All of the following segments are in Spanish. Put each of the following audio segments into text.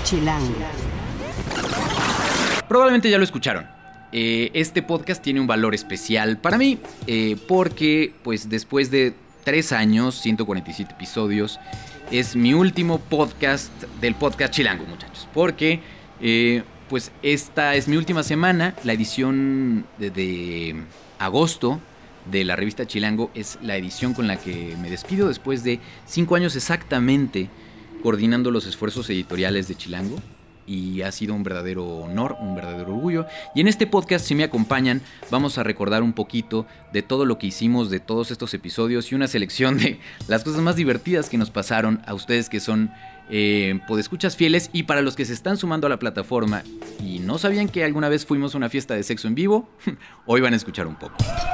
Chilango. Probablemente ya lo escucharon. Este podcast tiene un valor especial para mí porque pues después de 3 años, 147 episodios, es mi último podcast del podcast Chilango, muchachos. Porque pues esta es mi última semana, la edición de agosto de la revista Chilango es la edición con la que me despido después de 5 años exactamente coordinando los esfuerzos editoriales de Chilango. Y ha sido un verdadero honor, un verdadero orgullo. Y en este podcast, si me acompañan, vamos a recordar un poquito de todo lo que hicimos, de todos estos episodios y una selección de las cosas más divertidas que nos pasaron a ustedes que son podescuchas fieles. Y para los que se están sumando a la plataforma y no sabían que alguna vez fuimos a una fiesta de sexo en vivo, hoy van a escuchar un poco.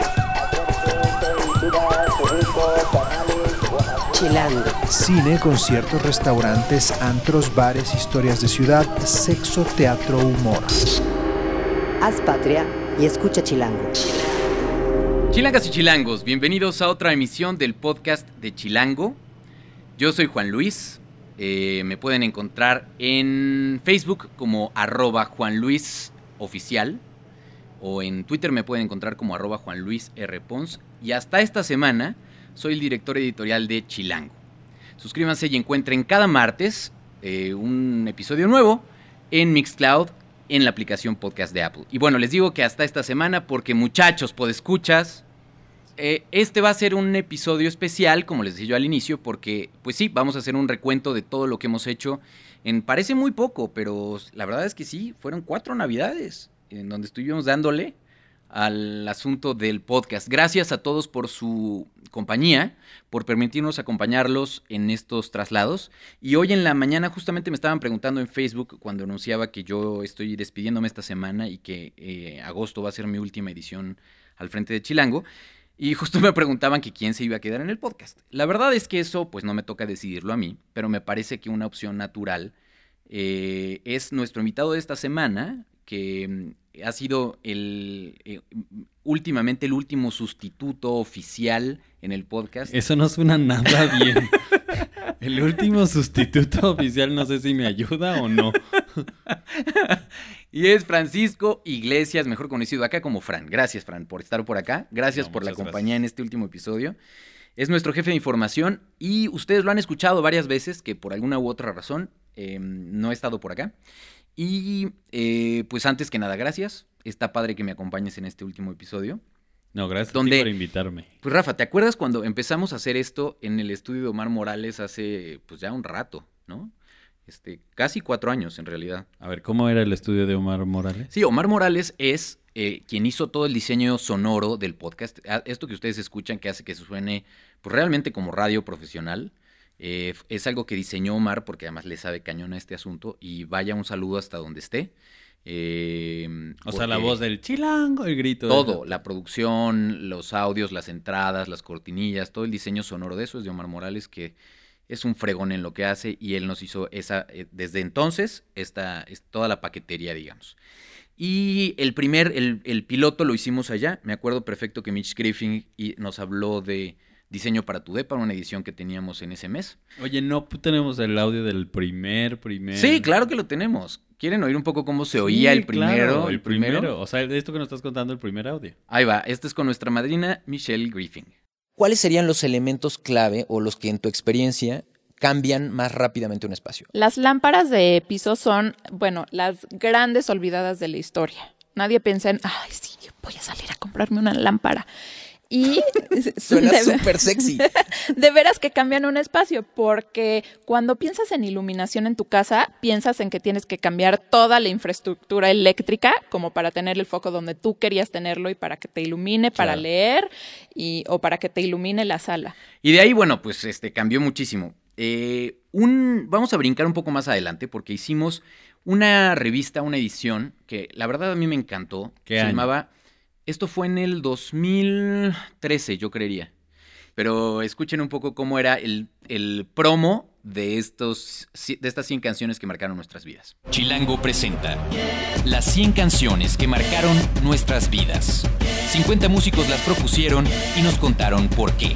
Chilango. Cine, conciertos, restaurantes, antros, bares, historias de ciudad, sexo, teatro, humor. Haz patria y escucha Chilango. Chilangas y chilangos, bienvenidos a otra emisión del podcast de Chilango. Yo soy Juan Luis. Me pueden encontrar en Facebook como @JuanLuisOficial o en Twitter me pueden encontrar como @JuanLuisRPons. Y hasta esta semana soy el director editorial de Chilango. Suscríbanse y encuentren cada martes un episodio nuevo en Mixcloud, en la aplicación podcast de Apple. Y bueno, les digo que hasta esta semana porque muchachos, podescuchas, este va a ser un episodio especial, como les decía yo al inicio, porque pues sí, vamos a hacer un recuento de todo lo que hemos hecho parece muy poco, pero la verdad es que sí, fueron 4 navidades en donde estuvimos dándole al asunto del podcast. Gracias a todos por su compañía, por permitirnos acompañarlos en estos traslados. Y hoy en la mañana justamente me estaban preguntando en Facebook cuando anunciaba que yo estoy despidiéndome esta semana y que agosto va a ser mi última edición al frente de Chilango. Y justo me preguntaban que quién se iba a quedar en el podcast. La verdad es que eso pues no me toca decidirlo a mí, pero me parece que una opción natural es nuestro invitado de esta semana, que ha sido últimamente el último sustituto oficial en el podcast. Eso no suena nada bien. El último sustituto oficial, no sé si me ayuda o no. Y es Francisco Iglesias, mejor conocido acá como Fran. Gracias, Fran, por estar por acá. Gracias por la compañía en este último episodio. Es nuestro jefe de información y ustedes lo han escuchado varias veces que por alguna u otra razón no he estado por acá. Y pues antes que nada, gracias. Está padre que me acompañes en este último episodio. No, gracias a ti por invitarme. Pues Rafa, ¿te acuerdas cuando empezamos a hacer esto en el estudio de Omar Morales hace pues ya un rato, ¿no? Casi 4 años en realidad. A ver, ¿cómo era el estudio de Omar Morales? Sí, Omar Morales es quien hizo todo el diseño sonoro del podcast. Esto que ustedes escuchan que hace que suene pues realmente como radio profesional. Es algo que diseñó Omar porque además le sabe cañón a este asunto y vaya un saludo hasta donde esté. O sea, la voz del Chilango, el grito. Todo, la producción, los audios, las entradas, las cortinillas, todo el diseño sonoro de eso es de Omar Morales, que es un fregón en lo que hace y él nos hizo desde entonces esta es toda la paquetería, digamos. Y el piloto lo hicimos allá. Me acuerdo perfecto que Mitch Griffin nos habló de diseño para tu depa, una edición que teníamos en ese mes. Oye, ¿no tenemos el audio del primer? Sí, claro que lo tenemos. ¿Quieren oír un poco cómo se oía el primero? Claro, el primero. O sea, de esto que nos estás contando, el primer audio. Ahí va, este es con nuestra madrina Michelle Griffin. ¿Cuáles serían los elementos clave o los que en tu experiencia cambian más rápidamente un espacio? Las lámparas de piso son, bueno, las grandes olvidadas de la historia. Nadie piensa en, ay, sí, yo voy a salir a comprarme una lámpara. Y suena súper sexy. De veras que cambian un espacio, porque cuando piensas en iluminación en tu casa, piensas en que tienes que cambiar toda la infraestructura eléctrica como para tener el foco donde tú querías tenerlo y para que te ilumine para leer o para que te ilumine la sala. Y de ahí, bueno, pues cambió muchísimo. Vamos a brincar un poco más adelante porque hicimos una revista, una edición que la verdad a mí me encantó. ¿Qué año? Llamaba... Esto fue en el 2013, yo creería. Pero escuchen un poco cómo era el promo de estas 100 canciones que marcaron nuestras vidas. Chilango presenta las 100 canciones que marcaron nuestras vidas. 50 músicos las propusieron y nos contaron por qué.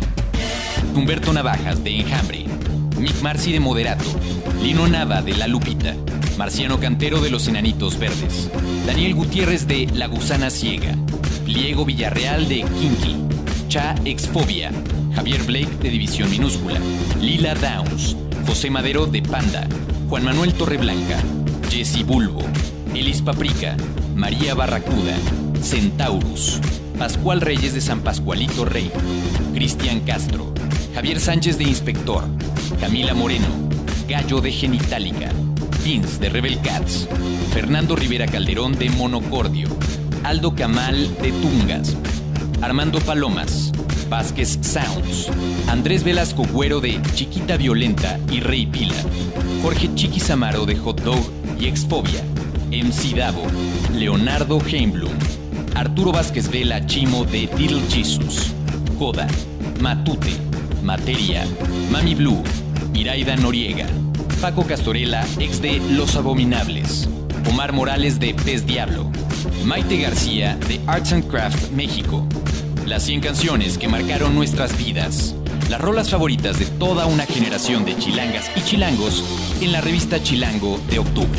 Humberto Navajas de Enjambre, Mick Marcy de Moderato, Lino Nava de La Lupita, Marciano Cantero de Los Enanitos Verdes, Daniel Gutiérrez de La Gusana Ciega, Pliego Villarreal de Kinky, Cha Exfobia, Javier Blake de División Minúscula, Lila Downs, José Madero de Panda, Juan Manuel Torreblanca, Jesse Bulbo, Elis Paprika, María Barracuda, Centaurus, Pascual Reyes de San Pascualito Rey, Cristian Castro, Javier Sánchez de Inspector, Camila Moreno, Gallo de Genitalica, Vince de Rebel Cats, Fernando Rivera Calderón de Monocordio, Aldo Camal de Tungas, Armando Palomas, Vázquez Sounds, Andrés Velasco Güero de Chiquita Violenta y Rey Pila, Jorge Chiquis Amaro de Hot Dog y Exfobia, MC Davo, Leonardo Heimblum, Arturo Vázquez Vela Chimo de Little Jesus, Coda, Matute, Materia, Mami Blue, Iraida Noriega, Paco Castorela, ex de Los Abominables, Omar Morales de Pez Diablo, Maite García de Arts and Crafts México. Las 100 canciones que marcaron nuestras vidas. Las rolas favoritas de toda una generación de chilangas y chilangos en la revista Chilango de octubre.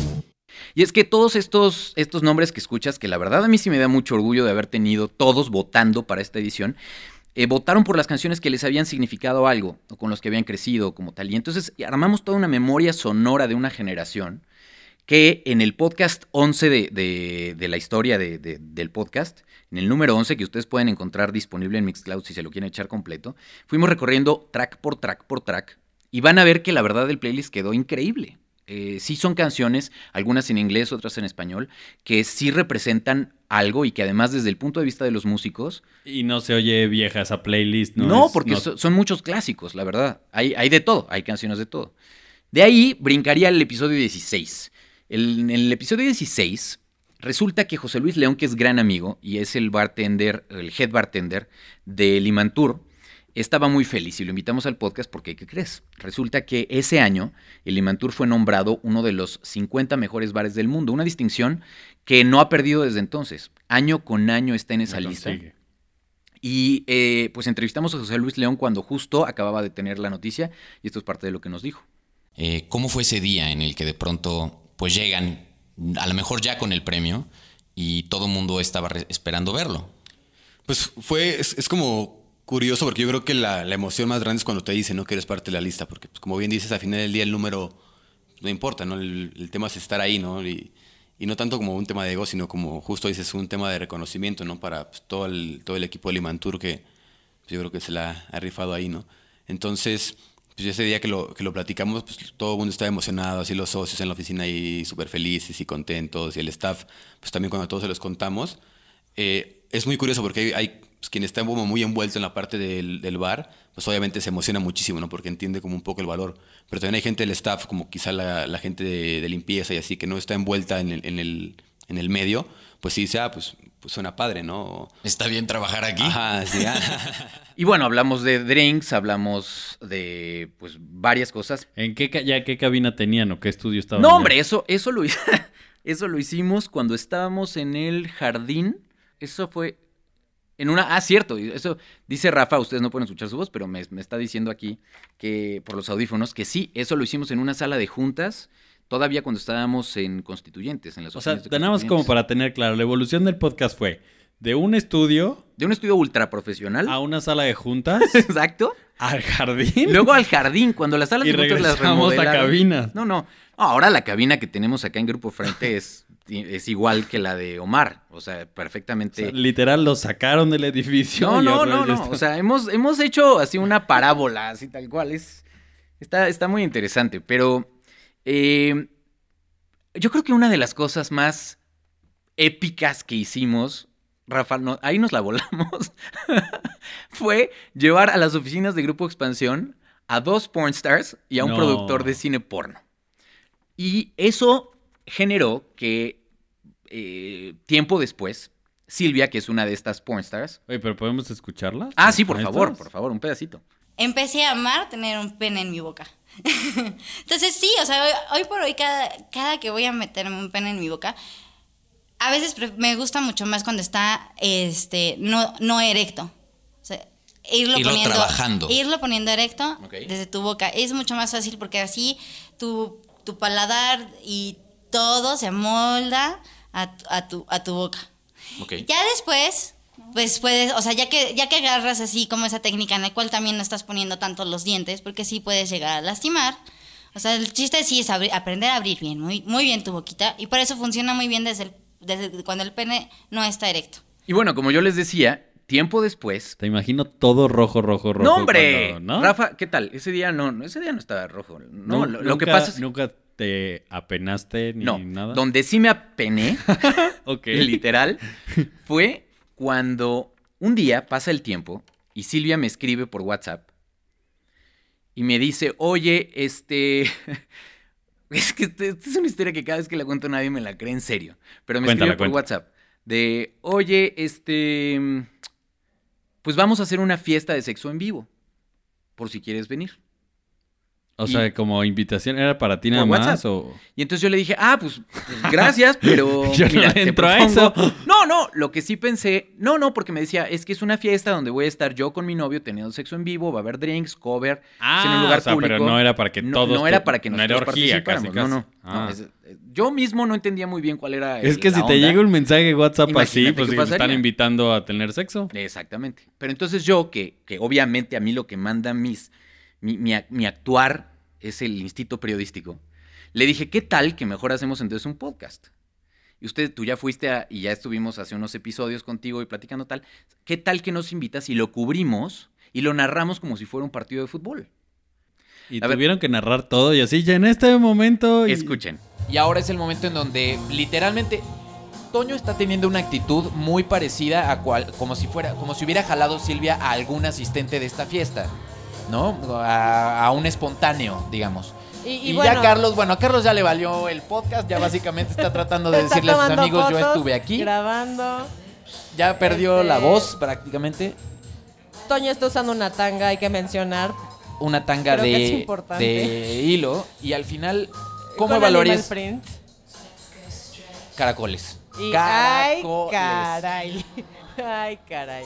Y es que todos estos nombres que escuchas, que la verdad a mí sí me da mucho orgullo de haber tenido todos votando para esta edición, votaron por las canciones que les habían significado algo, o con los que habían crecido como tal. Y entonces armamos toda una memoria sonora de una generación que en el podcast 11 de la historia del podcast, en el número 11, que ustedes pueden encontrar disponible en Mixcloud si se lo quieren echar completo, fuimos recorriendo track por track por track, y van a ver que la verdad el playlist quedó increíble. Sí son canciones, algunas en inglés, otras en español, que sí representan algo y que además desde el punto de vista de los músicos... Y no se oye vieja esa playlist, ¿no? No, porque son muchos clásicos, la verdad. Hay de todo, hay canciones de todo. De ahí brincaría el episodio 16. En el episodio 16 resulta que José Luis León, que es gran amigo y es el bartender, el head bartender de Limantur, estaba muy feliz y lo invitamos al podcast porque, ¿qué crees? Resulta que ese año el Limantur fue nombrado uno de los 50 mejores bares del mundo, una distinción que no ha perdido desde entonces. Año con año está en esa lista. Y pues entrevistamos a José Luis León cuando justo acababa de tener la noticia y esto es parte de lo que nos dijo. ¿Cómo fue ese día en el que de pronto pues llegan, a lo mejor ya con el premio, y todo el mundo estaba esperando verlo? Pues es como curioso, porque yo creo que la emoción más grande es cuando te dicen, ¿no?, que eres parte de la lista, porque pues, como bien dices, al final del día el número no importa, ¿no? El tema es estar ahí, ¿no? Y no tanto como un tema de ego, sino como justo dices, un tema de reconocimiento, ¿no? Para pues, todo el equipo de Limantur que pues, yo creo que se la ha rifado ahí, ¿no? Entonces, pues ese día que lo platicamos, pues todo el mundo estaba emocionado, así los socios en la oficina ahí súper felices y contentos, y el staff, pues también cuando todos se los contamos. Es muy curioso porque hay pues, quien está como muy envuelto en la parte del bar, pues obviamente se emociona muchísimo, ¿no? Porque entiende como un poco el valor. Pero también hay gente del staff, como quizá la gente de limpieza y así, que no está envuelta en el medio, pues sí dice, pues suena padre, ¿no? Está bien trabajar aquí. Ajá, sí. Y bueno, hablamos de drinks, hablamos de pues varias cosas. ¿En qué cabina tenían o qué estudio estaban? No, hombre, eso lo hicimos cuando estábamos en el jardín. Eso fue en una... cierto, eso dice Rafa, ustedes no pueden escuchar su voz, pero me está diciendo aquí que por los audífonos que sí, eso lo hicimos en una sala de juntas, todavía cuando estábamos en Constituyentes, en las oficinas de nada más como para tener claro, la evolución del podcast fue de un estudio ultra profesional a una sala de juntas. Exacto. Al jardín. Luego al jardín, cuando las salas de juntas las remodelaron. A cabinas. No. Ahora la cabina que tenemos acá en Grupo Frente es igual que la de Omar. O sea, perfectamente. O sea, literal, lo sacaron del edificio. No. O sea, hemos hecho así una parábola, así tal cual. Está muy interesante. Pero yo creo que una de las cosas más épicas que hicimos, Rafa, ahí nos la volamos, fue llevar a las oficinas de Grupo Expansión a 2 pornstars y a un productor de cine porno. Y eso generó que tiempo después, Silvia, que es una de estas pornstars... Oye, ¿pero podemos escucharla? Sí, por favor, un pedacito. Empecé a amar tener un pene en mi boca. Entonces sí, o sea, hoy por hoy cada que voy a meterme un pene en mi boca, a veces me gusta mucho más cuando está no erecto. O sea, irlo poniendo erecto desde tu boca. Es mucho más fácil porque así tú tu paladar y todo se amolda a tu boca. Ok. Ya después, pues puedes, o sea, ya que agarras así como esa técnica en la cual también no estás poniendo tanto los dientes, porque sí puedes llegar a lastimar. O sea, el chiste sí es aprender a abrir bien, muy, muy bien tu boquita, y por eso funciona muy bien desde cuando el pene no está erecto. Y bueno, como yo les decía, tiempo después... Te imagino todo rojo. ¡No, hombre! Cuando, ¿no? Rafa, ¿qué tal? Ese día no estaba rojo. No, lo que Nunca- pasa es... ¿Nunca te apenaste ni No, nada? donde sí me apené, Ok. literal, fue cuando un día pasa el tiempo y Silvia me escribe por WhatsApp y me dice, oye, es que esta es una historia que cada vez que la cuento nadie me la cree en serio, pero me Cuéntala, escribe por cuéntala. WhatsApp de, oye, pues vamos a hacer una fiesta de sexo en vivo, por si quieres venir. O sea, como invitación, ¿era para ti nada Por más? WhatsApp. O... Y entonces yo le dije, pues gracias, pero Yo no mira, te entro a propongo- eso. No, lo que sí pensé, no, porque me decía, es que es una fiesta donde voy a estar yo con mi novio teniendo sexo en vivo, va a haber drinks, cover, es en un lugar o sea, público. pero no era para que No, todos... no era para que no era nosotros orgía, participáramos, casi. no. Yo mismo no entendía muy bien cuál era Es que la si te onda. llega un mensaje de WhatsApp así, Imagínate pues qué te están pasaría. invitando a tener sexo. Exactamente. Pero entonces yo, que obviamente a mí lo que manda mi actuar es el instinto periodístico, le dije, ¿qué tal que mejor hacemos entonces un podcast? Y tú ya fuiste y ya estuvimos hace unos episodios contigo y platicando tal. ¿Qué tal que nos invitas y lo cubrimos y lo narramos como si fuera un partido de fútbol? Y A ver. tuvieron que narrar todo y así, ya en este momento... Escuchen. Y ahora es el momento en donde literalmente Toño está teniendo una actitud muy parecida a como si hubiera jalado Silvia a algún asistente de esta fiesta, ¿no? A un espontáneo, digamos. Y bueno, ya a Carlos ya le valió el podcast, ya básicamente está tratando de está decirle a sus tomando amigos, yo fotos, estuve aquí. grabando. Ya perdió la voz prácticamente. Toño está usando una tanga, hay que mencionar. Una tanga Creo que es de importante. hilo. Y al final, ¿cómo Con evaluarías? animal print. Caracoles. Ay, Caracoles. caray. Ay, caray.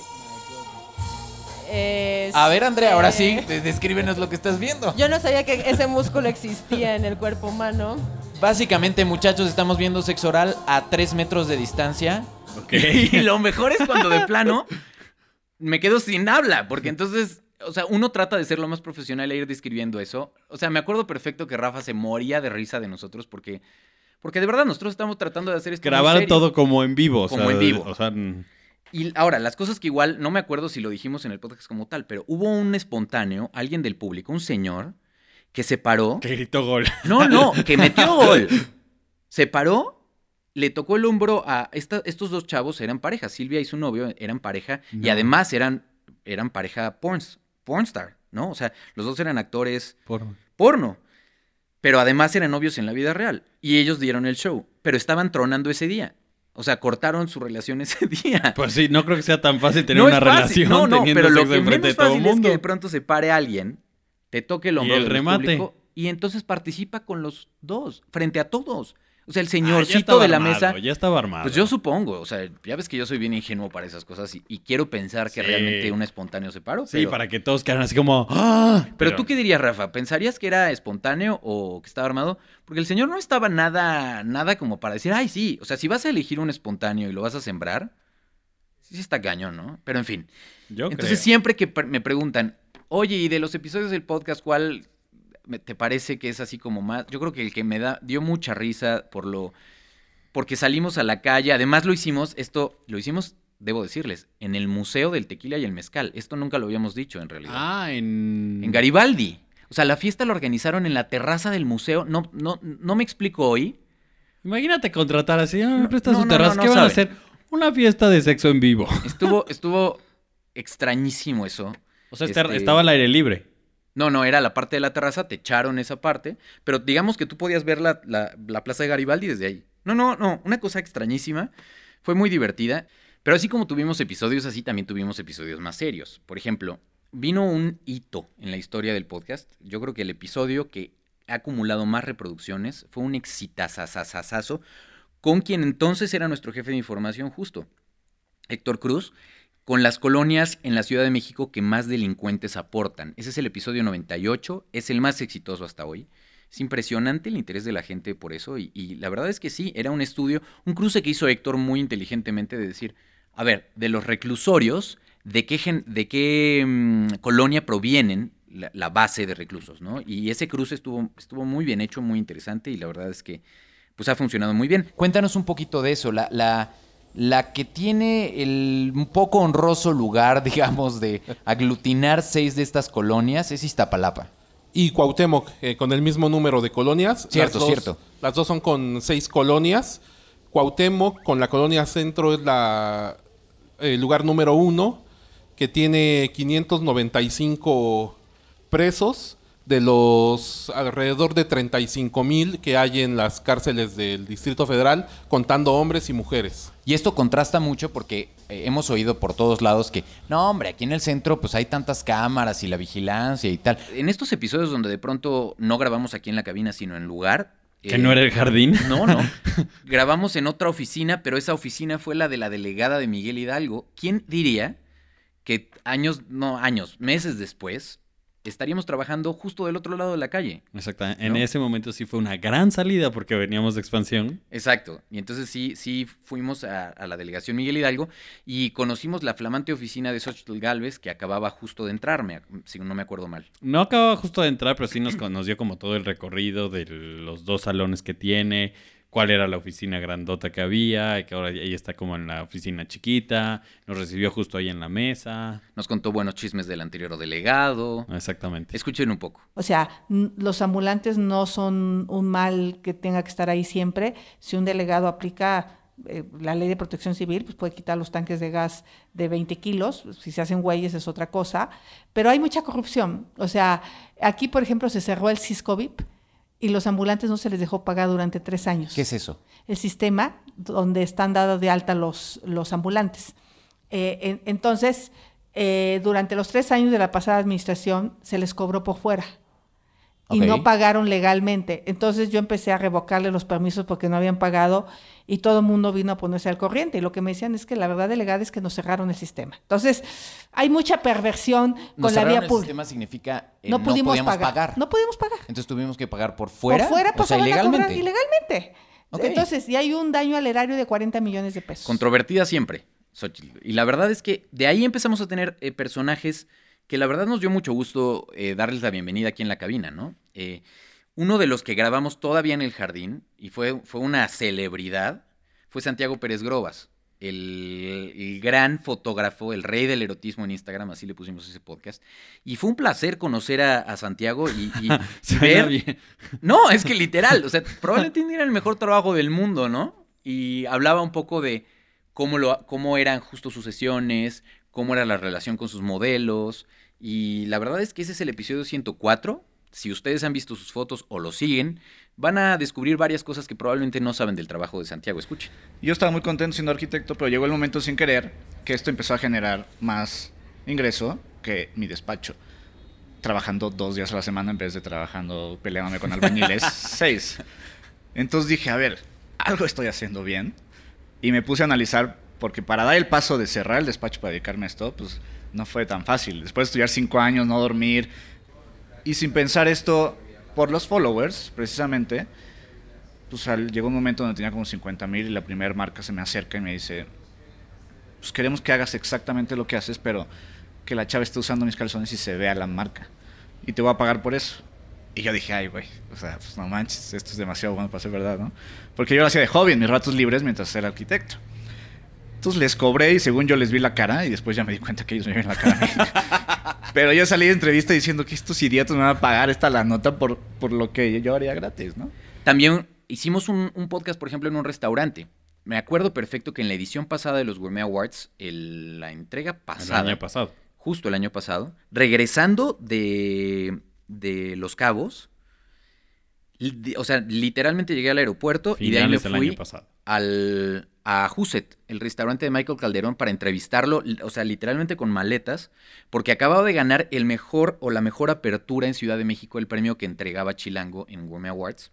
A ver, Andrea, ahora sí, descríbenos lo que estás viendo. Yo no sabía que ese músculo existía en el cuerpo humano. Básicamente, muchachos, estamos viendo sexo oral a 3 metros de distancia. Y lo mejor es cuando de plano me quedo sin habla, porque entonces, o sea, uno trata de ser lo más profesional e ir describiendo eso. O sea, me acuerdo perfecto que Rafa se moría de risa de nosotros porque de verdad nosotros estamos tratando de hacer esto muy Grabaron serio. todo como en vivo. Como en vivo. O sea, Y ahora, las cosas que igual, no me acuerdo si lo dijimos en el podcast como tal, pero hubo un espontáneo, alguien del público, un señor, que se paró. que gritó gol. No, que metió gol. Se paró, le tocó el hombro a... estos dos chavos eran pareja, Silvia y su novio eran pareja, y No. además eran pareja pornstar, ¿no? O sea, los dos eran actores porno, pero además eran novios en la vida real, y ellos dieron el show, pero estaban tronando ese día. O sea, cortaron su relación ese día. Pues sí, no creo que sea tan fácil tener No una es fácil. relación No, teniendo pero lo sexo que enfrente menos de todo el fácil es mundo. que de pronto se pare alguien, te toque el hombro el del remate. público y entonces participa con los dos, frente a todos. O sea, el Ya señorcito estaba de la armado, mesa. Ya estaba armado. Pues yo supongo, o sea, ya ves que yo soy bien ingenuo para esas cosas y quiero pensar que Sí. realmente un espontáneo se paró. Sí, pero, para que todos quedaran así como... ¡Ah! pero tú qué dirías, Rafa, ¿pensarías que era espontáneo o que estaba armado? Porque el señor no estaba nada como para decir, ay, sí, o sea, si vas a elegir un espontáneo y lo vas a sembrar, sí está cañón, ¿no? Pero en fin. Yo Entonces creo. siempre que me preguntan, oye, ¿y de los episodios del podcast cuál te parece que es así como más? Yo creo que el que dio mucha risa porque salimos a la calle, además lo hicimos, debo decirles, en el Museo del Tequila y el Mezcal. Esto nunca lo habíamos dicho en realidad. En Garibaldi. O sea, la fiesta la organizaron en la terraza del museo. No me explico hoy. Imagínate contratar así, me prestas no, su terraza, no ¿qué van a saben. hacer? Una fiesta de sexo en vivo. Estuvo extrañísimo eso. O sea, estaba al aire libre. No, era la parte de la terraza, te echaron esa parte, pero digamos que tú podías ver la plaza de Garibaldi desde ahí. No, una cosa extrañísima, fue muy divertida, pero así como tuvimos episodios así, también tuvimos episodios más serios. Por ejemplo, vino un hito en la historia del podcast. Yo creo que el episodio que ha acumulado más reproducciones fue un exitazazazazazo con quien entonces era nuestro jefe de información justo, Héctor Cruz, con las colonias en la Ciudad de México que más delincuentes aportan. Ese es el episodio 98, es el más exitoso hasta hoy. Es impresionante el interés de la gente por eso y la verdad es que sí, era un estudio, un cruce que hizo Héctor muy inteligentemente de decir, a ver, de los reclusorios, ¿de qué colonia provienen la base de reclusos, ¿no? Y ese cruce estuvo muy bien hecho, muy interesante y la verdad es que pues ha funcionado muy bien. Cuéntanos un poquito de eso, la que tiene el un poco honroso lugar, digamos, de aglutinar 6 de estas colonias es Iztapalapa. Y Cuauhtémoc, con el mismo número de colonias. Cierto. Las dos son con 6 colonias. Cuauhtémoc, con la colonia Centro, es el lugar número 1, que tiene 595 presos de los alrededor de 35,000 que hay en las cárceles del Distrito Federal, contando hombres y mujeres. Y esto contrasta mucho porque hemos oído por todos lados que, no hombre, aquí en el centro pues hay tantas cámaras y la vigilancia y tal. En estos episodios donde de pronto no grabamos aquí en la cabina, sino en lugar... ¿Que no era el jardín? No. Grabamos en otra oficina, pero esa oficina fue la de la delegada de Miguel Hidalgo. ¿Quién diría que meses después... estaríamos trabajando justo del otro lado de la calle? Exactamente. En ese momento sí fue una gran salida porque veníamos de expansión. Exacto. Y entonces sí fuimos a la delegación Miguel Hidalgo y conocimos la flamante oficina de Xóchitl Gálvez que acababa justo de entrar, si no me acuerdo mal. No acababa justo de entrar, pero sí nos dio como todo el recorrido de los 2 salones que tiene, cuál era la oficina grandota que había, y que ahora ella está como en la oficina chiquita, nos recibió justo ahí en la mesa. Nos contó buenos chismes del anterior delegado. Exactamente. Escuchen un poco. O sea, los ambulantes no son un mal que tenga que estar ahí siempre. Si un delegado aplica la ley de protección civil, pues puede quitar los tanques de gas de 20 kilos. Si se hacen güeyes es otra cosa. Pero hay mucha corrupción. O sea, aquí, por ejemplo, se cerró el Siscovip, y los ambulantes no se les dejó pagar durante 3 años. ¿Qué es eso? El sistema donde están dados de alta los ambulantes. Entonces, durante los 3 años de la pasada administración se les cobró por fuera. Y no pagaron legalmente. Entonces yo empecé a revocarle los permisos porque no habían pagado y todo el mundo vino a ponerse al corriente. Y lo que me decían es que la verdad, delegada, es que nos cerraron el sistema. Entonces, hay mucha perversión con la vía pública. El sistema significa no podíamos pagar. No podíamos pagar. Entonces tuvimos que pagar por fuera. Por fuera, o sea, ilegalmente. Ilegalmente. Entonces, y hay un daño al erario de 40 millones de pesos. Controvertida siempre, Xóchitl. Y la verdad es que de ahí empezamos a tener personajes que la verdad nos dio mucho gusto darles la bienvenida aquí en la cabina, ¿no? Uno de los que grabamos todavía en el jardín, y fue una celebridad, fue Santiago Pérez Grobas, el gran fotógrafo, el rey del erotismo en Instagram, así le pusimos ese podcast. Y fue un placer conocer a Santiago y ver... Bien. No, es que literal, o sea, probablemente era el mejor trabajo del mundo, ¿no? Y hablaba un poco de cómo eran justo sus sesiones, cómo era la relación con sus modelos, y la verdad es que ese es el episodio 104. Si ustedes han visto sus fotos o lo siguen, van a descubrir varias cosas que probablemente no saben del trabajo de Santiago. Escuchen. Yo estaba muy contento siendo arquitecto, pero llegó el momento sin querer que esto empezó a generar más ingreso que mi despacho, trabajando 2 días a la semana en vez de trabajando peleándome con albañiles 6. Entonces dije, a ver, algo estoy haciendo bien, y me puse a analizar. Porque para dar el paso de cerrar el despacho para dedicarme a esto, pues no fue tan fácil. Después de estudiar 5 años, no dormir, y sin pensar esto por los followers, precisamente, pues llegó un momento donde tenía como 50,000 y la primera marca se me acerca y me dice, pues queremos que hagas exactamente lo que haces, pero que la chava esté usando mis calzones y se vea la marca. Y te voy a pagar por eso. Y yo dije, ay, güey, o sea, pues no manches, esto es demasiado bueno para ser verdad, ¿no? Porque yo lo hacía de hobby en mis ratos libres mientras era arquitecto. Entonces les cobré y según yo les vi la cara y después ya me di cuenta que ellos me vieron la cara a mí. Pero yo salí de entrevista diciendo que estos idiotas me van a pagar la nota por lo que yo haría gratis, ¿no? También hicimos un podcast, por ejemplo, en un restaurante. Me acuerdo perfecto que en la edición pasada de los Gourmet Awards, la entrega pasada... El año pasado. Justo el año pasado. Regresando de Los Cabos, o sea, literalmente llegué al aeropuerto y de ahí me fui a Huset, el restaurante de Michael Calderón, para entrevistarlo, o sea, literalmente con maletas, porque acababa de ganar el mejor o la mejor apertura en Ciudad de México, el premio que entregaba Chilango en Gourmet Awards.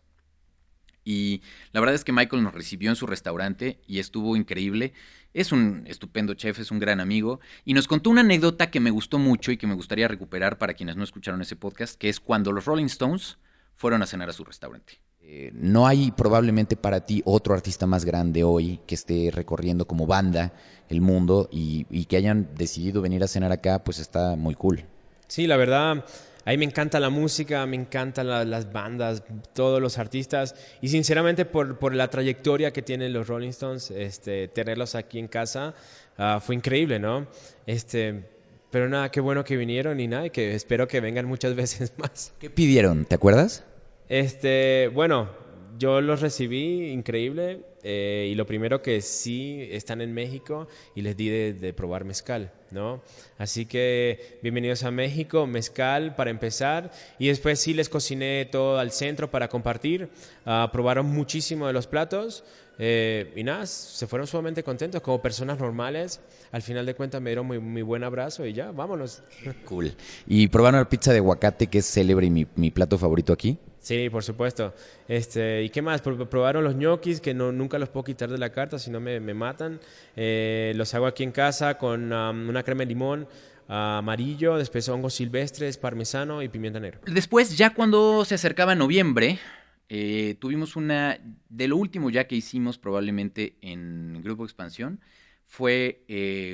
Y la verdad es que Michael nos recibió en su restaurante y estuvo increíble. Es un estupendo chef, es un gran amigo. Y nos contó una anécdota que me gustó mucho y que me gustaría recuperar para quienes no escucharon ese podcast, que es cuando los Rolling Stones fueron a cenar a su restaurante. No hay probablemente para ti otro artista más grande hoy que esté recorriendo como banda el mundo y que hayan decidido venir a cenar acá, pues está muy cool. Sí, la verdad, a mí me encanta la música, me encantan las bandas, todos los artistas y sinceramente por la trayectoria que tienen los Rolling Stones, tenerlos aquí en casa fue increíble, ¿no? Pero nada, qué bueno que vinieron y nada, y que espero que vengan muchas veces más. ¿Qué pidieron? ¿Te acuerdas? Bueno, yo los recibí increíble y lo primero que sí están en México y les di de probar mezcal, ¿no? Así que bienvenidos a México, mezcal para empezar y después sí les cociné todo al centro para compartir, probaron muchísimo de los platos y nada, se fueron sumamente contentos como personas normales, al final de cuentas me dieron muy buen abrazo y ya, vámonos. Cool. ¿Y probaron la pizza de aguacate que es célebre y mi plato favorito aquí? Sí, por supuesto. ¿Y qué más? Probaron los ñoquis, que nunca los puedo quitar de la carta, si no me matan. Los hago aquí en casa con una crema de limón amarillo, después hongos silvestres, parmesano y pimienta negra. Después, ya cuando se acercaba noviembre, tuvimos de lo último ya que hicimos probablemente en Grupo Expansión, fue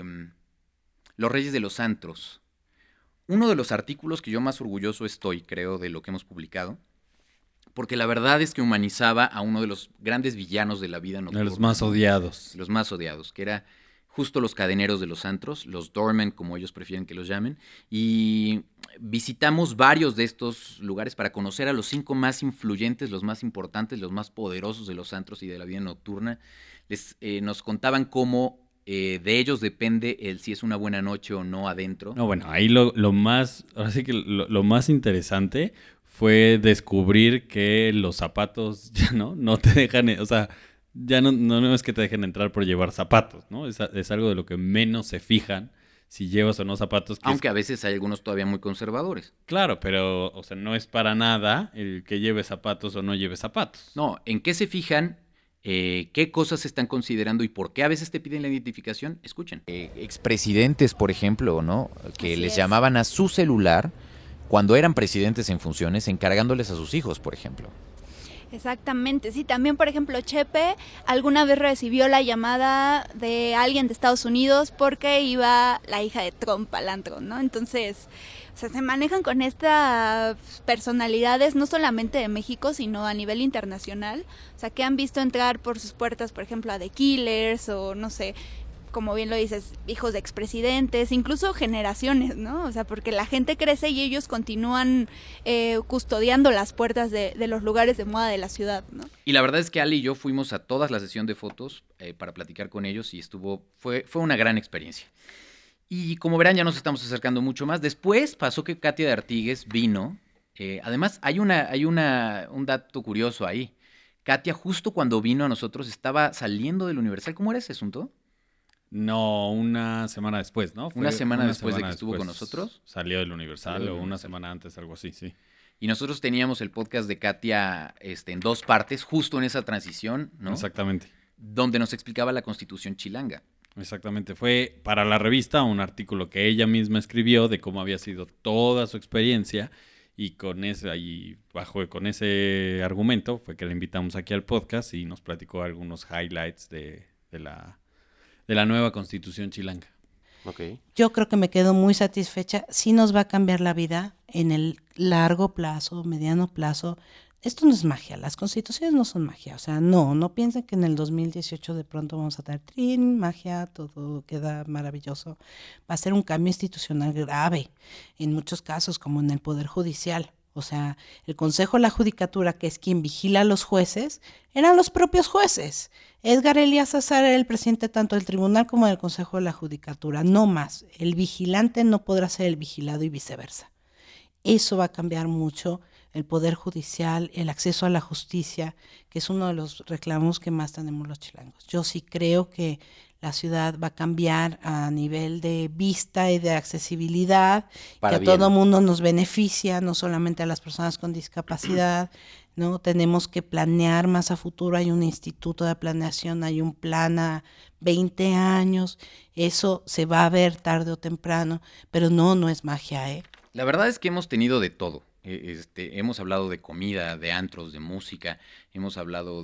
Los Reyes de los Antros. Uno de los artículos que yo más orgulloso estoy, creo, de lo que hemos publicado, porque la verdad es que humanizaba a uno de los grandes villanos de la vida nocturna. De los más odiados. Los más odiados, que era justo los cadeneros de los antros, los doormen, como ellos prefieren que los llamen, y visitamos varios de estos lugares para conocer a los 5 más influyentes, los más importantes, los más poderosos de los antros y de la vida nocturna. Nos contaban cómo de ellos depende el si es una buena noche o no adentro. No, bueno, ahí lo más, ahora sí que lo más interesante fue descubrir que los zapatos ya no te dejan, o sea, ya no es que te dejen entrar por llevar zapatos, ¿no? Es algo de lo que menos se fijan si llevas o no zapatos. Aunque a veces hay algunos todavía muy conservadores. Claro, pero, o sea, no es para nada el que lleve zapatos o no lleve zapatos. No, ¿en qué se fijan? ¿Qué cosas se están considerando y por qué a veces te piden la identificación? Escuchen. Expresidentes, por ejemplo, ¿no? Que les llamaban a su celular cuando eran presidentes en funciones, encargándoles a sus hijos, por ejemplo. Exactamente, sí, también por ejemplo Chepe alguna vez recibió la llamada de alguien de Estados Unidos porque iba la hija de Trump al antro, ¿no? Entonces, o sea, se manejan con estas personalidades no solamente de México, sino a nivel internacional, o sea, que han visto entrar por sus puertas, por ejemplo, a The Killers o no sé, como bien lo dices, hijos de expresidentes, incluso generaciones, ¿no? O sea, porque la gente crece y ellos continúan custodiando las puertas de los lugares de moda de la ciudad, ¿no? Y la verdad es que Ali y yo fuimos a todas la sesión de fotos para platicar con ellos y fue una gran experiencia. Y como verán, ya nos estamos acercando mucho más. Después pasó que Katia de Artigues vino. Además, hay un dato curioso ahí. Katia, justo cuando vino a nosotros, estaba saliendo del Universal. ¿Cómo era ese asunto? No, una semana después, ¿no? Una semana después de que estuvo con nosotros. Salió del Universal o una semana antes, algo así, sí. Y nosotros teníamos el podcast de Katia en 2 partes, justo en esa transición, ¿no? Exactamente. Donde nos explicaba la Constitución chilanga. Exactamente. Fue para la revista un artículo que ella misma escribió de cómo había sido toda su experiencia y con ese argumento fue que la invitamos aquí al podcast y nos platicó algunos highlights de la nueva Constitución chilanga. Okay. Yo creo que me quedo muy satisfecha. Sí nos va a cambiar la vida en el largo plazo, mediano plazo. Esto no es magia, las constituciones no son magia. O sea, no piensen que en el 2018 de pronto vamos a tener magia, todo queda maravilloso. Va a ser un cambio institucional grave en muchos casos, como en el Poder Judicial. O sea, el Consejo de la Judicatura, que es quien vigila a los jueces, eran los propios jueces. Edgar Elías Azar era el presidente tanto del tribunal como del Consejo de la Judicatura, no más. El vigilante no podrá ser el vigilado y viceversa. Eso va a cambiar mucho el Poder Judicial, el acceso a la justicia, que es uno de los reclamos que más tenemos los chilangos. Yo sí creo que la ciudad va a cambiar a nivel de vista y de accesibilidad, que a todo mundo nos beneficia, no solamente a las personas con discapacidad, ¿no? Tenemos que planear más a futuro, hay un instituto de planeación, hay un plan a 20 años, eso se va a ver tarde o temprano, pero no es magia, ¿eh? La verdad es que hemos tenido de todo. Hemos hablado de comida, de antros, de música, hemos hablado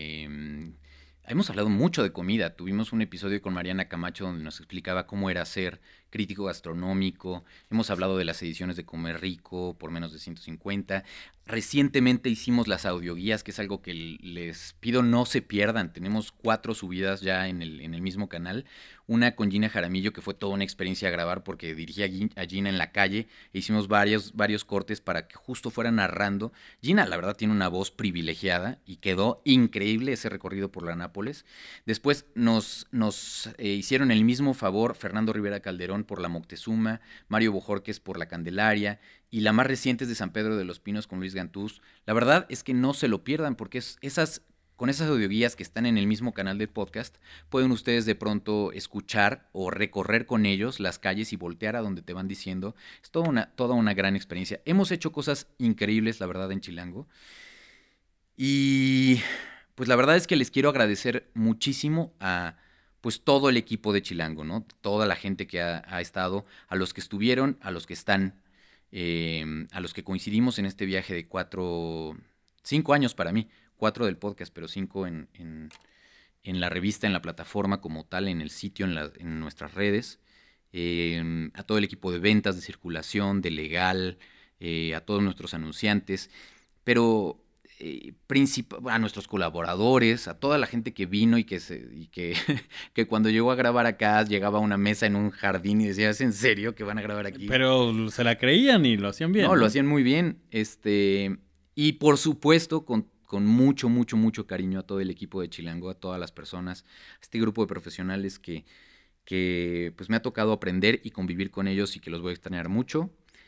mucho de comida. Tuvimos un episodio con Mariana Camacho donde nos explicaba cómo era ser crítico gastronómico. Hemos hablado de las ediciones de Comer Rico por menos de 150. Recientemente hicimos las audioguías, que es algo que les pido no se pierdan. Tenemos 4 subidas ya en el mismo canal. Una con Gina Jaramillo, que fue toda una experiencia a grabar porque dirigía a Gina en la calle. E hicimos varios cortes para que justo fuera narrando. Gina, la verdad, tiene una voz privilegiada y quedó increíble ese recorrido por la Nápoles. Después nos hicieron el mismo favor Fernando Rivera Calderón por la Moctezuma, Mario Bojorquez por la Candelaria, y la más reciente es de San Pedro de los Pinos con Luis Gantús. La verdad es que no se lo pierdan porque con esas audioguías que están en el mismo canal del podcast, pueden ustedes de pronto escuchar o recorrer con ellos las calles y voltear a donde te van diciendo. Es toda una gran experiencia. Hemos hecho cosas increíbles, la verdad, en Chilango. Y pues la verdad es que les quiero agradecer muchísimo a pues todo el equipo de Chilango, ¿no? Toda la gente que ha estado, a los que estuvieron, a los que están, a los que coincidimos en este viaje de 5 años para mí, 4 del podcast, pero 5 en la revista, en la plataforma como tal, en el sitio, en nuestras redes, a todo el equipo de ventas, de circulación, de legal, a todos nuestros anunciantes, pero a nuestros colaboradores, a toda la gente que vino y que cuando llegó a grabar acá llegaba a una mesa en un jardín y decía, ¿es en serio que van a grabar aquí? Pero se la creían y lo hacían bien. No, lo hacían muy bien. Y por supuesto, con mucho, mucho, mucho cariño a todo el equipo de Chilango, a todas las personas, a este grupo de profesionales que pues me ha tocado aprender y convivir con ellos y que los voy a extrañar mucho.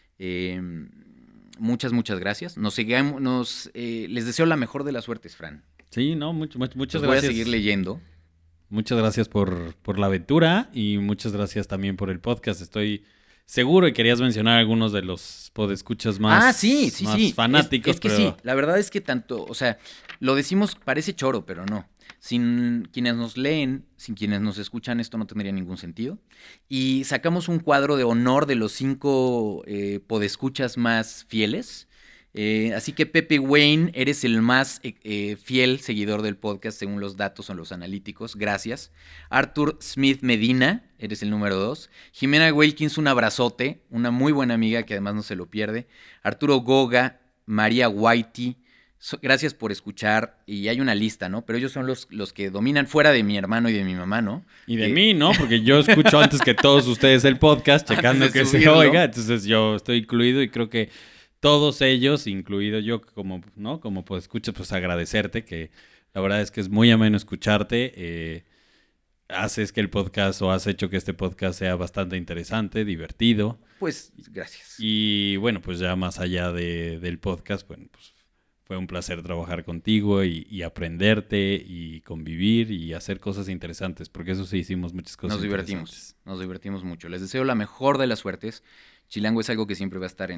Muchas gracias. Les deseo la mejor de las suertes, Fran. Sí, no, muchas gracias. Voy a seguir leyendo. Muchas gracias por la aventura y muchas gracias también por el podcast. Estoy seguro y querías mencionar algunos de los podescuchas más fanáticos. Es que sí, la verdad es que tanto, o sea, lo decimos, parece choro, pero no. Sin quienes nos leen, sin quienes nos escuchan, esto no tendría ningún sentido. Y sacamos un cuadro de honor de los 5 podescuchas más fieles. Así que Pepe Wayne, eres el más fiel seguidor del podcast según los datos o los analíticos. Gracias. Arthur Smith Medina, eres el número 2. Jimena Wilkins, un abrazote. Una muy buena amiga que además no se lo pierde. Arturo Goga, María Whitey. Gracias por escuchar, y hay una lista, ¿no? Pero ellos son los que dominan fuera de mi hermano y de mi mamá, ¿no? Y de mí, ¿no? Porque yo escucho antes que todos ustedes el podcast, checando que se oiga, entonces yo estoy incluido y creo que todos ellos, incluido yo como pues escuchas, pues agradecerte, que la verdad es que es muy ameno escucharte, haces que el podcast o has hecho que este podcast sea bastante interesante, divertido. Pues gracias. Y bueno, pues ya más allá del podcast, bueno, pues fue un placer trabajar contigo y aprenderte y convivir y hacer cosas interesantes, porque eso sí hicimos muchas cosas interesantes. Nos divertimos mucho. Les deseo la mejor de las suertes. Chilango es algo que siempre va a estar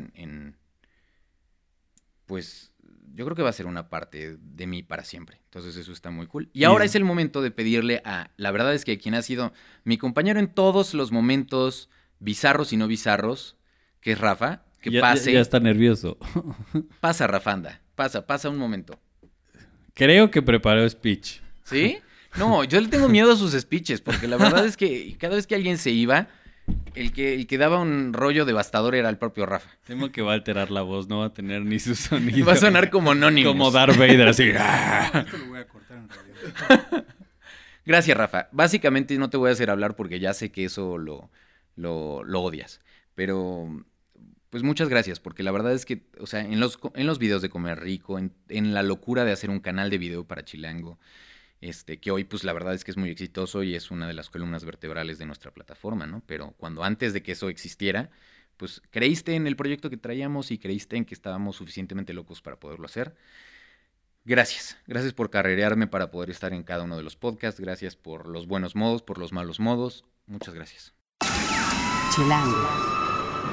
pues yo creo que va a ser una parte de mí para siempre. Entonces eso está muy cool. Y ahora es el momento de pedirle la verdad es que quien ha sido mi compañero en todos los momentos bizarros y no bizarros, que es Rafa, que pase. Ya está nervioso. Pasa, Rafanda. Pasa un momento. Creo que preparó speech. ¿Sí? No, yo le tengo miedo a sus speeches, porque la verdad es que cada vez que alguien se iba, el que daba un rollo devastador era el propio Rafa. Temo que va a alterar la voz, no va a tener ni su sonido. Va a sonar como Anonymous. Como Darth Vader, así. Esto lo voy a cortar en realidad. Gracias, Rafa. Básicamente no te voy a hacer hablar porque ya sé que eso lo odias. Pero pues muchas gracias, porque la verdad es que, o sea, en los videos de Comer Rico, en la locura de hacer un canal de video para Chilango, que hoy pues la verdad es que es muy exitoso y es una de las columnas vertebrales de nuestra plataforma, ¿no? Pero cuando antes de que eso existiera, pues creíste en el proyecto que traíamos y creíste en que estábamos suficientemente locos para poderlo hacer. Gracias por carrerearme para poder estar en cada uno de los podcasts. Gracias por los buenos modos, por los malos modos. Muchas gracias. Chilango.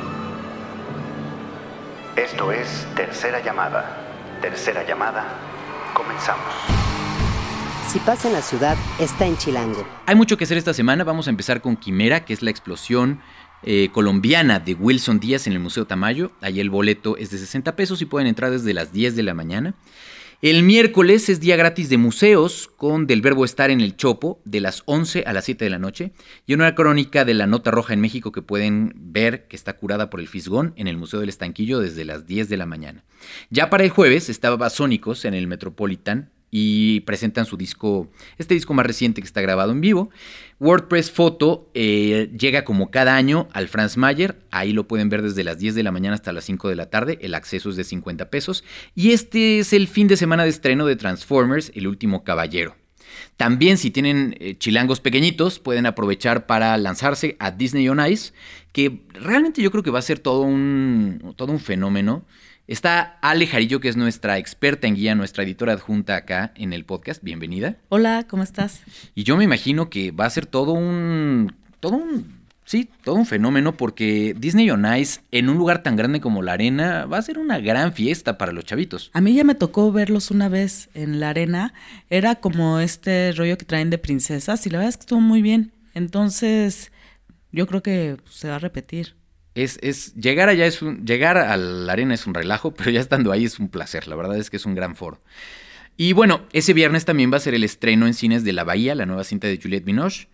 Esto es Tercera Llamada. Tercera Llamada, comenzamos. Si pasa en la ciudad, está en Chilango. Hay mucho que hacer esta semana. Vamos a empezar con Quimera, que es la explosión colombiana de Wilson Díaz en el Museo Tamayo. Ahí el boleto es de 60 pesos y pueden entrar desde las 10 de la mañana. El miércoles es día gratis de museos con Del Verbo Estar en el Chopo de las 11 a las 7 de la noche y una crónica de la Nota Roja en México que pueden ver que está curada por el Fisgón en el Museo del Estanquillo desde las 10 de la mañana. Ya para el jueves está Babasónicos en el Metropolitan y presentan su disco, este disco más reciente que está grabado en vivo. WordPress Photo llega como cada año al Franz Mayer, ahí lo pueden ver desde las 10 de la mañana hasta las 5 de la tarde, el acceso es de 50 pesos. Y este es el fin de semana de estreno de Transformers, El Último Caballero. También si tienen chilangos pequeñitos, pueden aprovechar para lanzarse a Disney on Ice, que realmente yo creo que va a ser todo un fenómeno. Está Ale Jarillo, que es nuestra experta en guía, nuestra editora adjunta acá en el podcast. Bienvenida. Hola, ¿cómo estás? Y yo me imagino que va a ser todo un fenómeno, porque Disney on Ice, en un lugar tan grande como la Arena, va a ser una gran fiesta para los chavitos. A mí ya me tocó verlos una vez en la Arena. Era como este rollo que traen de princesas y la verdad es que estuvo muy bien. Entonces, yo creo que se va a repetir. Llegar allá llegar a la Arena es un relajo, pero ya estando ahí es un placer. La verdad es que es un gran foro. Y bueno, ese viernes también va a ser el estreno en cines de La Bahía, la nueva cinta de Juliette Binoche.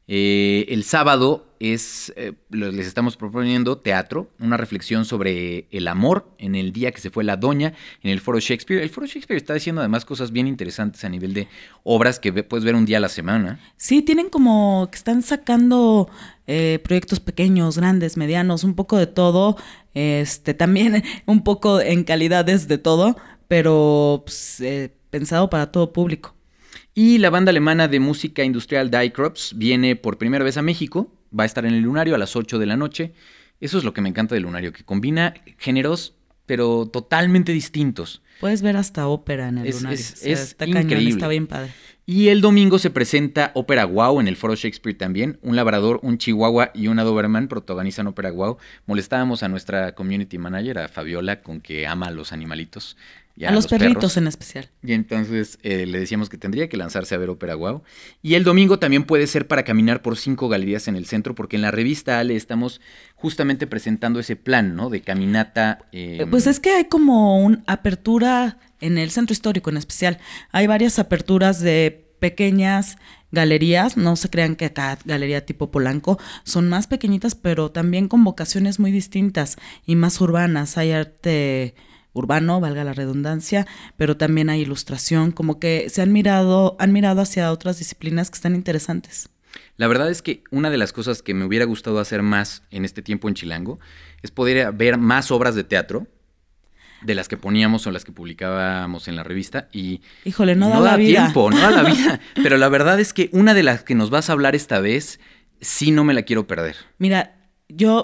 El sábado les estamos proponiendo teatro, una reflexión sobre el amor en el día que se fue la doña en el Foro Shakespeare. El Foro Shakespeare está haciendo además cosas bien interesantes a nivel de obras que puedes ver un día a la semana. Sí, tienen como que están sacando proyectos pequeños, grandes, medianos, un poco de todo, también un poco en calidades de todo, pero pues, pensado para todo público. Y la banda alemana de música industrial Die Crops viene por primera vez a México, va a estar en el Lunario a las 8 de la noche. Eso es lo que me encanta del Lunario, que combina géneros pero totalmente distintos. Puedes ver hasta ópera en el Lunario. Está increíble. Cañón, está bien padre. Y el domingo se presenta Ópera Guau en el Foro Shakespeare también. Un labrador, un chihuahua y una doberman protagonizan Ópera Guau. Molestábamos a nuestra community manager, a Fabiola, con que ama a los animalitos. A los perritos perros. en especial. Y entonces le decíamos que tendría que lanzarse a ver Ópera Guau. Y el domingo también puede ser para caminar por 5 galerías en el centro, porque en la revista Ale estamos justamente presentando ese plan, ¿no? De caminata. Pues es que hay como una apertura en el centro histórico en especial. Hay varias aperturas de pequeñas galerías, no se crean que acá galería tipo Polanco, son más pequeñitas, pero también con vocaciones muy distintas y más urbanas. Hay arte urbano, valga la redundancia, pero también hay ilustración, como que han mirado hacia otras disciplinas que están interesantes. La verdad es que una de las cosas que me hubiera gustado hacer más en este tiempo en Chilango es poder ver más obras de teatro de las que poníamos o las que publicábamos en la revista y híjole, no da tiempo, no da la vida. Pero la verdad es que una de las que nos vas a hablar esta vez, sí no me la quiero perder. Mira, yo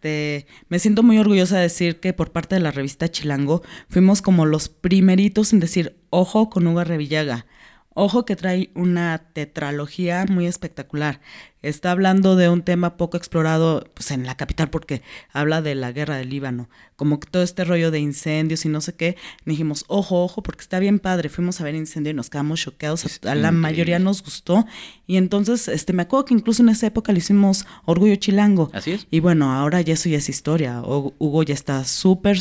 me siento muy orgullosa de decir que por parte de la revista Chilango fuimos como los primeritos en decir, ojo con Hugo Revillaga, ojo que trae una tetralogía muy espectacular. Está hablando de un tema poco explorado pues, en la capital porque habla de la guerra del Líbano, como que todo este rollo de incendios y no sé qué. Dijimos, ojo, porque está bien padre. Fuimos a ver Incendio y nos quedamos choqueados. A la mayoría nos gustó. Y entonces me acuerdo que incluso en esa época le hicimos Orgullo Chilango. Así es. Y bueno, ahora ya eso ya es historia. Hugo ya está súper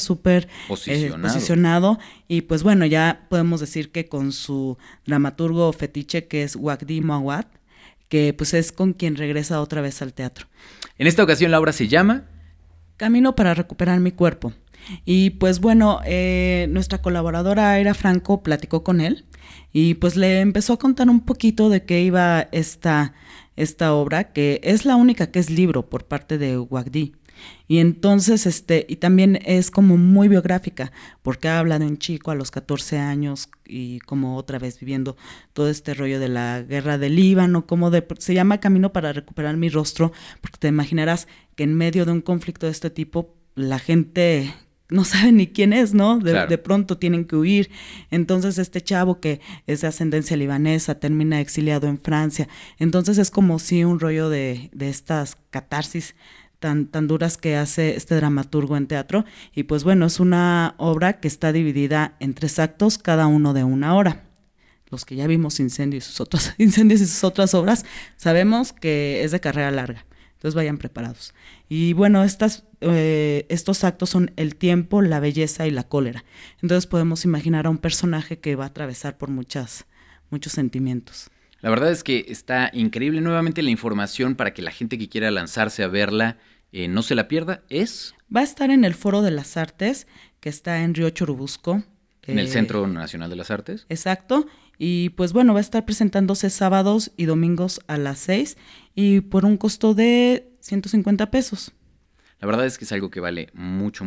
posicionado. Y pues bueno, ya podemos decir que con su dramaturgo fetiche que es Wagdi Mawad, que pues es con quien regresa otra vez al teatro. En esta ocasión la obra se llama Camino para recuperar mi cuerpo. Y pues bueno, nuestra colaboradora Aira Franco platicó con él y pues le empezó a contar un poquito de qué iba esta obra, que es la única que es libro por parte de Wagdi. Y entonces, y también es como muy biográfica, porque habla de un chico a los 14 años y como otra vez viviendo todo este rollo de la guerra del Líbano, se llama Camino para recuperar mi rostro, porque te imaginarás que en medio de un conflicto de este tipo, la gente no sabe ni quién es, ¿no? De pronto tienen que huir. Entonces este chavo que es de ascendencia libanesa termina exiliado en Francia. Entonces es como si un rollo de estas catarsis tan duras que hace este dramaturgo en teatro. Y pues bueno, es una obra que está dividida en 3 actos, cada uno de 1 hora. Los que ya vimos Incendio y sus otras obras, sabemos que es de carrera larga. Entonces vayan preparados. Y bueno, estos actos son el tiempo, la belleza y la cólera. Entonces podemos imaginar a un personaje que va a atravesar por muchos sentimientos. La verdad es que está increíble. Nuevamente la información para que la gente que quiera lanzarse a verla no se la pierda es... Va a estar en el Foro de las Artes, que está en Río Churubusco. En el Centro Nacional de las Artes. Exacto. Y pues bueno, va a estar presentándose sábados y domingos a las 6 y por un costo de 150 pesos. La verdad es que es algo que vale mucho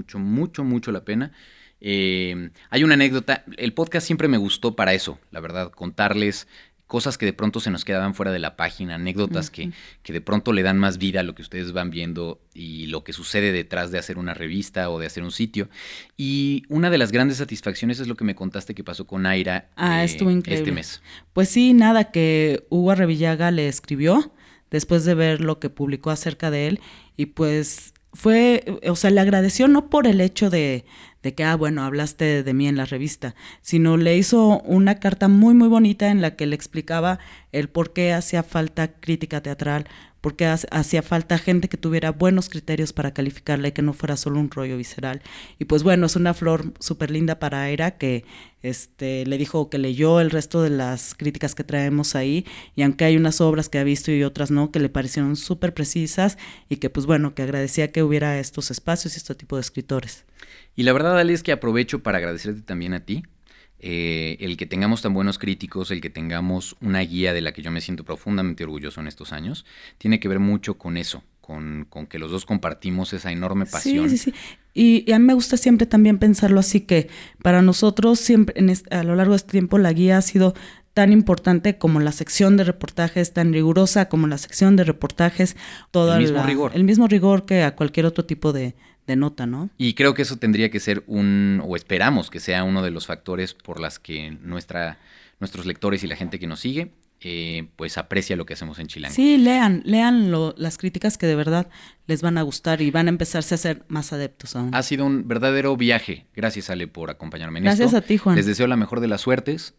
la pena. Hay una anécdota. El podcast siempre me gustó para eso, la verdad, contarles cosas que de pronto se nos quedaban fuera de la página, anécdotas que de pronto le dan más vida a lo que ustedes van viendo y lo que sucede detrás de hacer una revista o de hacer un sitio. Y una de las grandes satisfacciones es lo que me contaste que pasó con Aira estuvo increíble. Este mes. Pues sí, nada, que Hugo Arrevillaga le escribió después de ver lo que publicó acerca de él y pues le agradeció no por el hecho de que, hablaste de mí en la revista, sino le hizo una carta muy, muy bonita en la que le explicaba el por qué hacía falta crítica teatral, por qué hacía falta gente que tuviera buenos criterios para calificarla y que no fuera solo un rollo visceral. Y pues bueno, es una flor súper linda para Aira que le dijo que leyó el resto de las críticas que traemos ahí y aunque hay unas obras que ha visto y otras no, que le parecieron súper precisas y que pues bueno, que agradecía que hubiera estos espacios y este tipo de escritores. Y la verdad, Ale, es que aprovecho para agradecerte también a ti. El que tengamos tan buenos críticos, el que tengamos una guía de la que yo me siento profundamente orgulloso en estos años, tiene que ver mucho con eso, con que los dos compartimos esa enorme pasión. Sí. Y a mí me gusta siempre también pensarlo así, que para nosotros siempre a lo largo de este tiempo la guía ha sido tan importante como la sección de reportajes, tan rigurosa como la sección de reportajes, el mismo rigor que a cualquier otro tipo de nota, ¿no? Y creo que eso tendría que ser o esperamos que sea uno de los factores por las que nuestros lectores y la gente que nos sigue, pues aprecia lo que hacemos en Chilango. Sí, lean las críticas que de verdad les van a gustar y van a empezarse a ser más adeptos aún. Ha sido un verdadero viaje. Gracias, Ale, por acompañarme en esto. Gracias a ti, Juan. Les deseo la mejor de las suertes.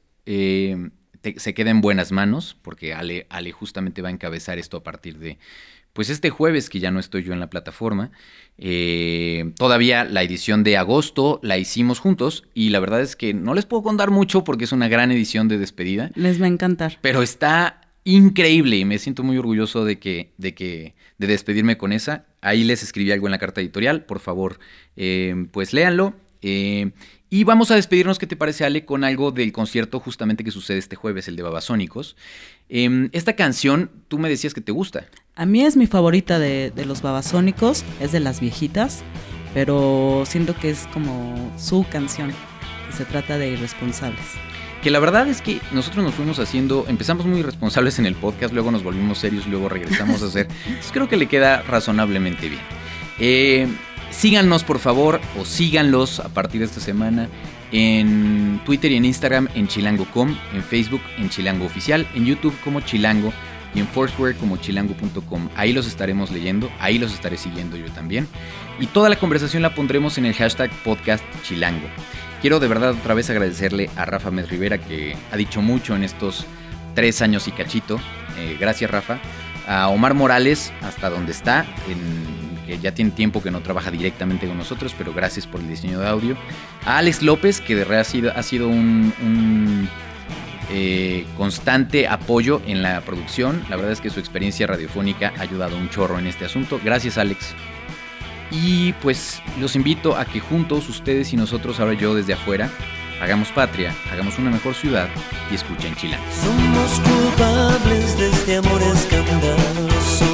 Se queda en buenas manos, porque Ale justamente va a encabezar esto a partir de pues este jueves, que ya no estoy yo en la plataforma. Todavía la edición de agosto la hicimos juntos y la verdad es que no les puedo contar mucho porque es una gran edición de despedida. Les va a encantar. Pero está increíble y me siento muy orgulloso de despedirme con esa. Ahí les escribí algo en la carta editorial, por favor, pues léanlo. Y vamos a despedirnos, ¿qué te parece, Ale? Con algo del concierto justamente que sucede este jueves, el de Babasónicos. Esta canción, tú me decías que te gusta. A mí es mi favorita de los Babasónicos, es de las viejitas, pero siento que es como su canción y se trata de Irresponsables. Que la verdad es que nosotros nos fuimos empezamos muy irresponsables en el podcast, luego nos volvimos serios, luego regresamos a hacer. Entonces creo que le queda razonablemente bien. Síganos, por favor, o síganlos a partir de esta semana en Twitter y en Instagram en chilango.com, en Facebook en Chilango Oficial, en YouTube como Chilango y en Foursquare como chilango.com. Ahí los estaremos leyendo, ahí los estaré siguiendo yo también. Y toda la conversación la pondremos en el hashtag podcast Chilango. Quiero de verdad otra vez agradecerle a Rafa Med Rivera, que ha dicho mucho en estos 3 años y cachito. Gracias, Rafa. A Omar Morales, hasta donde está, que ya tiene tiempo que no trabaja directamente con nosotros, pero gracias por el diseño de audio. A Alex López, que de verdad ha sido un constante apoyo en la producción. La verdad es que su experiencia radiofónica ha ayudado un chorro en este asunto. Gracias, Alex. Y pues los invito a que juntos, ustedes y nosotros, ahora yo desde afuera, hagamos patria, hagamos una mejor ciudad y escuchen Chilango. Somos culpables de este amor escandaloso,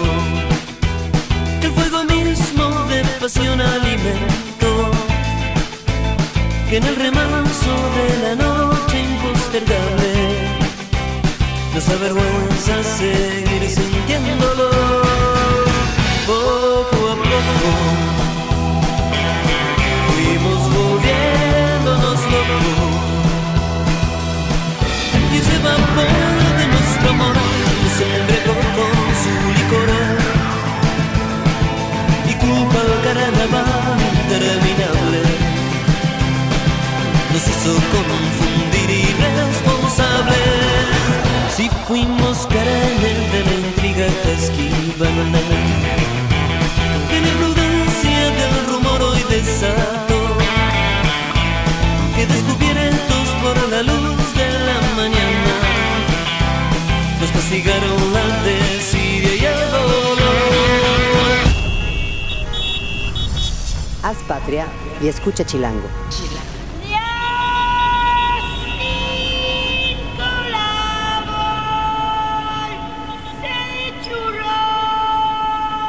que el fuego mismo de pasión alimentó, que en el remanso de la noche impostergable nos avergüenza seguir sintiéndolo. Poco a poco fuimos volviéndonos locos, y ese vapor de nuestro amor se embriagó con su licor y culpa al carnaval interminable nos hizo confundir. haz patria y escucha Chilango.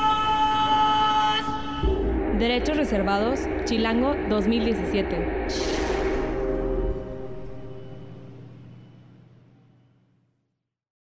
Derechos reservados, Chilango 2017.